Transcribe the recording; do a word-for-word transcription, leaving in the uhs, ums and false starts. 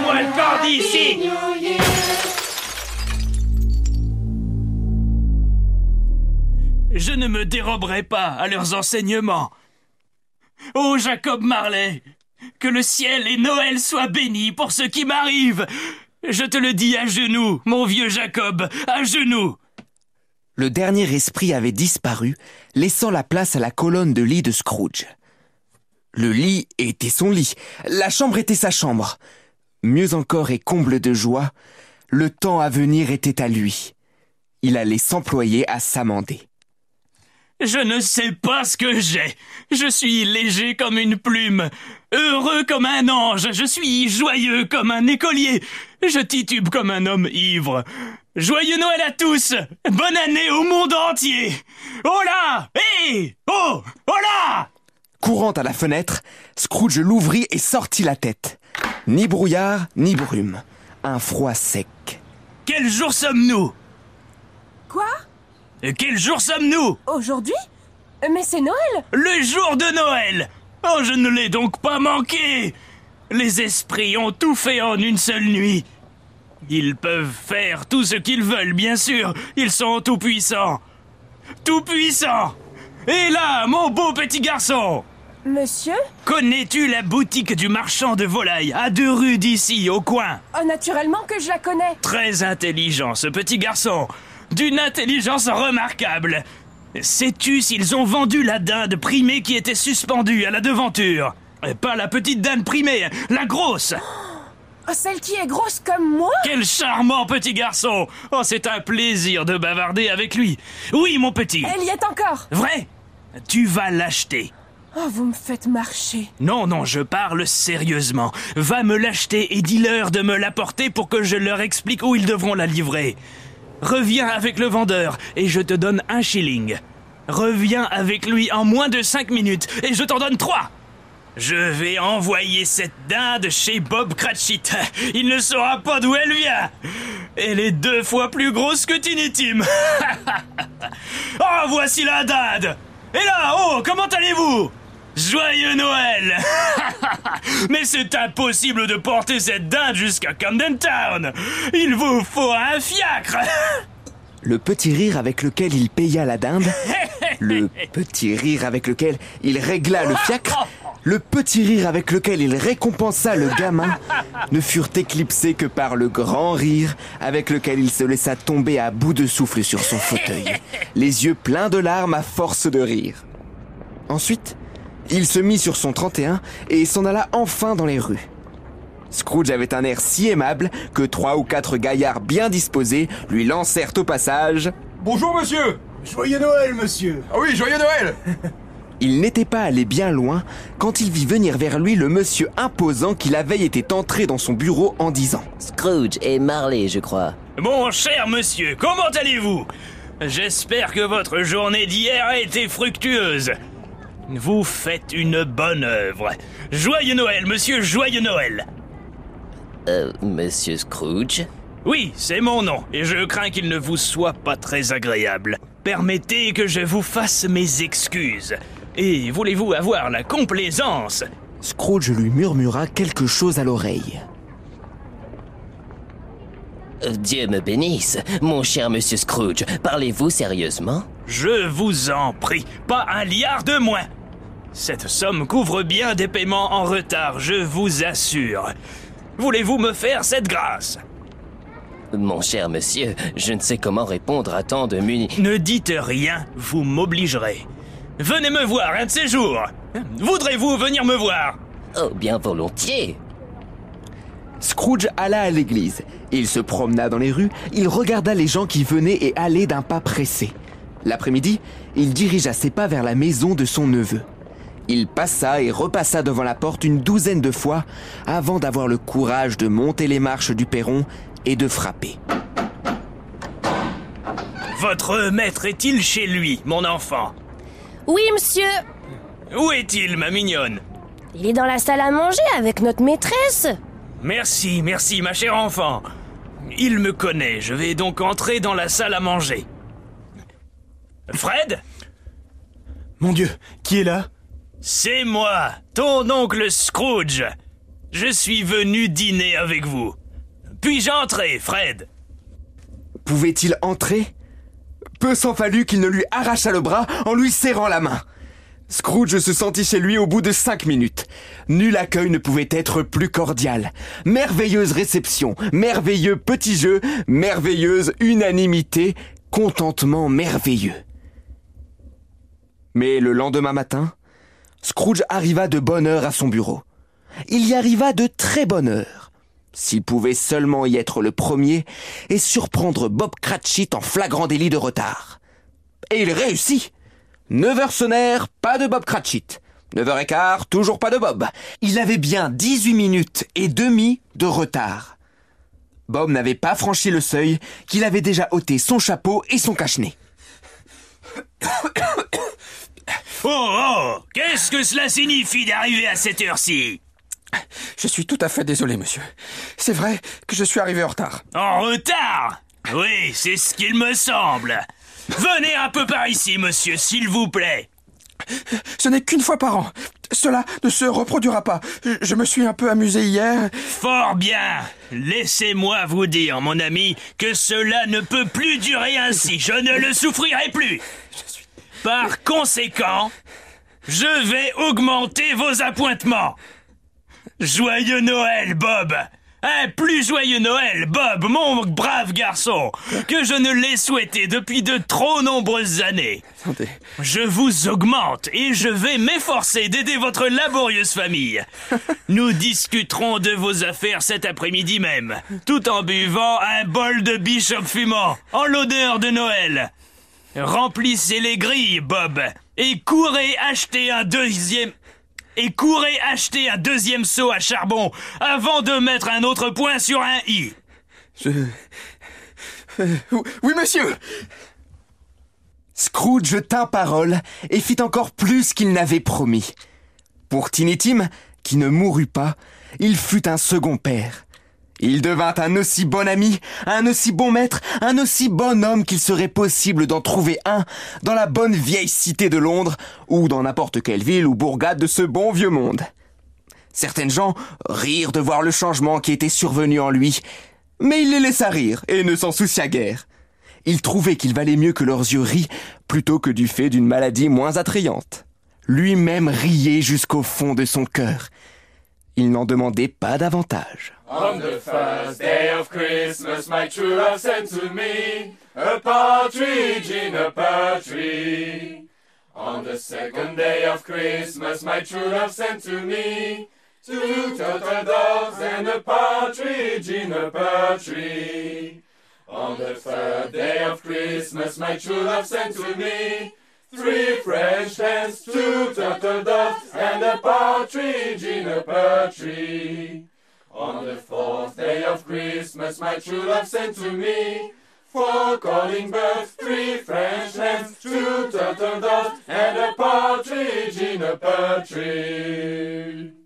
Ôtez-moi le corps d'ici! Je ne me déroberai pas à leurs enseignements. Ô Jacob Marley, que le ciel et Noël soient bénis pour ce qui m'arrive. Je te le dis à genoux, mon vieux Jacob, à genoux. Le dernier esprit avait disparu, laissant la place à la colonne de lit de Scrooge. Le lit était son lit, la chambre était sa chambre. Mieux encore et comble de joie, le temps à venir était à lui. Il allait s'employer à s'amender. Je ne sais pas ce que j'ai. Je suis léger comme une plume, heureux comme un ange, je suis joyeux comme un écolier, je titube comme un homme ivre. Joyeux Noël à tous! Bonne année au monde entier! Oh là! Hé! Oh! Oh là! Courant à la fenêtre, Scrooge l'ouvrit et sortit la tête. Ni brouillard, ni brume. Un froid sec. Quel jour sommes-nous? Quoi? Quel jour sommes-nous? Aujourd'hui? Mais c'est Noël! Le jour de Noël! Oh, je ne l'ai donc pas manqué! Les esprits ont tout fait en une seule nuit. Ils peuvent faire tout ce qu'ils veulent, bien sûr. Ils sont tout-puissants. Tout-puissants! Et là, mon beau petit garçon! Monsieur? Connais-tu la boutique du marchand de volailles, à deux rues d'ici, au coin? Oh, naturellement que je la connais! Très intelligent, ce petit garçon. D'une intelligence remarquable. Sais-tu s'ils ont vendu la dinde primée qui était suspendue à la devanture? Pas la petite dinde primée, la grosse! Oh, celle qui est grosse comme moi? Quel charmant petit garçon! Oh, c'est un plaisir de bavarder avec lui. Oui, mon petit. Elle y est encore! Vrai? Tu vas l'acheter. Oh, vous me faites marcher. Non, non, je parle sérieusement. Va me l'acheter et dis-leur de me l'apporter pour que je leur explique où ils devront la livrer. Reviens avec le vendeur et je te donne un shilling. Reviens avec lui en moins de cinq minutes et je t'en donne trois. Je vais envoyer cette dinde chez Bob Cratchit. Il ne saura pas d'où elle vient. Elle est deux fois plus grosse que Tiny Tim. Oh, voici la dinde. Et là, oh, comment allez-vous? Joyeux Noël. Mais c'est impossible de porter cette dinde jusqu'à Camden Town. Il vous faut un fiacre. Le petit rire avec lequel il paya la dinde, le petit rire avec lequel il régla le fiacre, le petit rire avec lequel il récompensa le gamin, ne furent éclipsés que par le grand rire avec lequel il se laissa tomber à bout de souffle sur son fauteuil, les yeux pleins de larmes à force de rire. Ensuite, il se mit sur son trente et un et s'en alla enfin dans les rues. Scrooge avait un air si aimable que trois ou quatre gaillards bien disposés lui lancèrent au passage « Bonjour monsieur !»« Joyeux Noël, monsieur !» Ah oui, joyeux Noël. Il n'était pas allé bien loin quand il vit venir vers lui le monsieur imposant qui la veille était entré dans son bureau en disant « Scrooge et Marley, je crois. »« Mon cher monsieur, comment allez-vous? J'espère que votre journée d'hier a été fructueuse. Vous faites une bonne œuvre. Joyeux Noël, monsieur, joyeux Noël. » Euh, monsieur Scrooge? Oui, c'est mon nom, et je crains qu'il ne vous soit pas très agréable. Permettez que je vous fasse mes excuses. Et voulez-vous avoir la complaisance? Scrooge lui murmura quelque chose à l'oreille. Euh, Dieu me bénisse, mon cher monsieur Scrooge, parlez-vous sérieusement? Je vous en prie, pas un liard de moins. Cette somme couvre bien des paiements en retard, je vous assure. Voulez-vous me faire cette grâce? Mon cher monsieur, je ne sais comment répondre à tant de muni... Ne dites rien, vous m'obligerez. Venez me voir un de ces jours. Voudrez-vous venir me voir? Oh, bien volontiers. Scrooge alla à l'église. Il se promena dans les rues, il regarda les gens qui venaient et allaient d'un pas pressé. L'après-midi, il dirigea ses pas vers la maison de son neveu. Il passa et repassa devant la porte une douzaine de fois avant d'avoir le courage de monter les marches du perron et de frapper. Votre maître est-il chez lui, mon enfant? Oui, monsieur. Où est-il, ma mignonne? Il est dans la salle à manger avec notre maîtresse. Merci, merci, ma chère enfant. Il me connaît, je vais donc entrer dans la salle à manger. Fred? Mon Dieu, qui est là? C'est moi, ton oncle Scrooge. Je suis venu dîner avec vous. Puis-je entrer, Fred? Pouvait-il entrer? Peu s'en fallut qu'il ne lui arrachât le bras en lui serrant la main. Scrooge se sentit chez lui au bout de cinq minutes. Nul accueil ne pouvait être plus cordial. Merveilleuse réception, merveilleux petit jeu, merveilleuse unanimité, contentement merveilleux. Mais le lendemain matin, Scrooge arriva de bonne heure à son bureau. Il y arriva de très bonne heure. S'il pouvait seulement y être le premier et surprendre Bob Cratchit en flagrant délit de retard. Et il réussit. Neuf heures sonnèrent, pas de Bob Cratchit. Neuf heures et quart, toujours pas de Bob. Il avait bien dix-huit minutes et demie de retard. Bob n'avait pas franchi le seuil qu'il avait déjà ôté son chapeau et son cache-nez. Oh oh! Qu'est-ce que cela signifie d'arriver à cette heure-ci? Je suis tout à fait désolé, monsieur. C'est vrai que je suis arrivé en retard. En retard? Oui, c'est ce qu'il me semble. Venez un peu par ici, monsieur, s'il vous plaît. Ce n'est qu'une fois par an. Cela ne se reproduira pas. Je me suis un peu amusé hier. Fort bien. Laissez-moi vous dire, mon ami, que cela ne peut plus durer ainsi. Je ne le souffrirai plus. Par conséquent, je vais augmenter vos appointements. Joyeux Noël, Bob! Un plus joyeux Noël, Bob, mon brave garçon, que je ne l'ai souhaité depuis de trop nombreuses années. Attendez. Je vous augmente et je vais m'efforcer d'aider votre laborieuse famille. Nous discuterons de vos affaires cet après-midi même, tout en buvant un bol de bishop fumant, en l'honneur de Noël. Remplissez les grilles, Bob, et courez acheter un deuxième... Et courez acheter un deuxième seau à charbon avant de mettre un autre point sur un i. Je... Euh, oui, monsieur. Scrooge tint parole et fit encore plus qu'il n'avait promis. Pour Tiny Tim, qui ne mourut pas, il fut un second père. Il devint un aussi bon ami, un aussi bon maître, un aussi bon homme qu'il serait possible d'en trouver un dans la bonne vieille cité de Londres ou dans n'importe quelle ville ou bourgade de ce bon vieux monde. Certaines gens rirent de voir le changement qui était survenu en lui, mais il les laissa rire et ne s'en soucia guère. Il trouvait qu'il valait mieux que leurs yeux rient plutôt que du fait d'une maladie moins attrayante. Lui-même riait jusqu'au fond de son cœur. Il n'en demandait pas davantage. On the first day of Christmas, my true love sent to me a partridge in a pear tree. On the second day of Christmas, my true love sent to me two turtle doves and a partridge in a pear tree. On the third day of Christmas, my true love sent to me three French hens, two turtle doves, and a partridge in a pear tree. On the fourth day of Christmas, my true love sent to me four calling birds, three French hens, two turtle doves, and a partridge in a pear tree.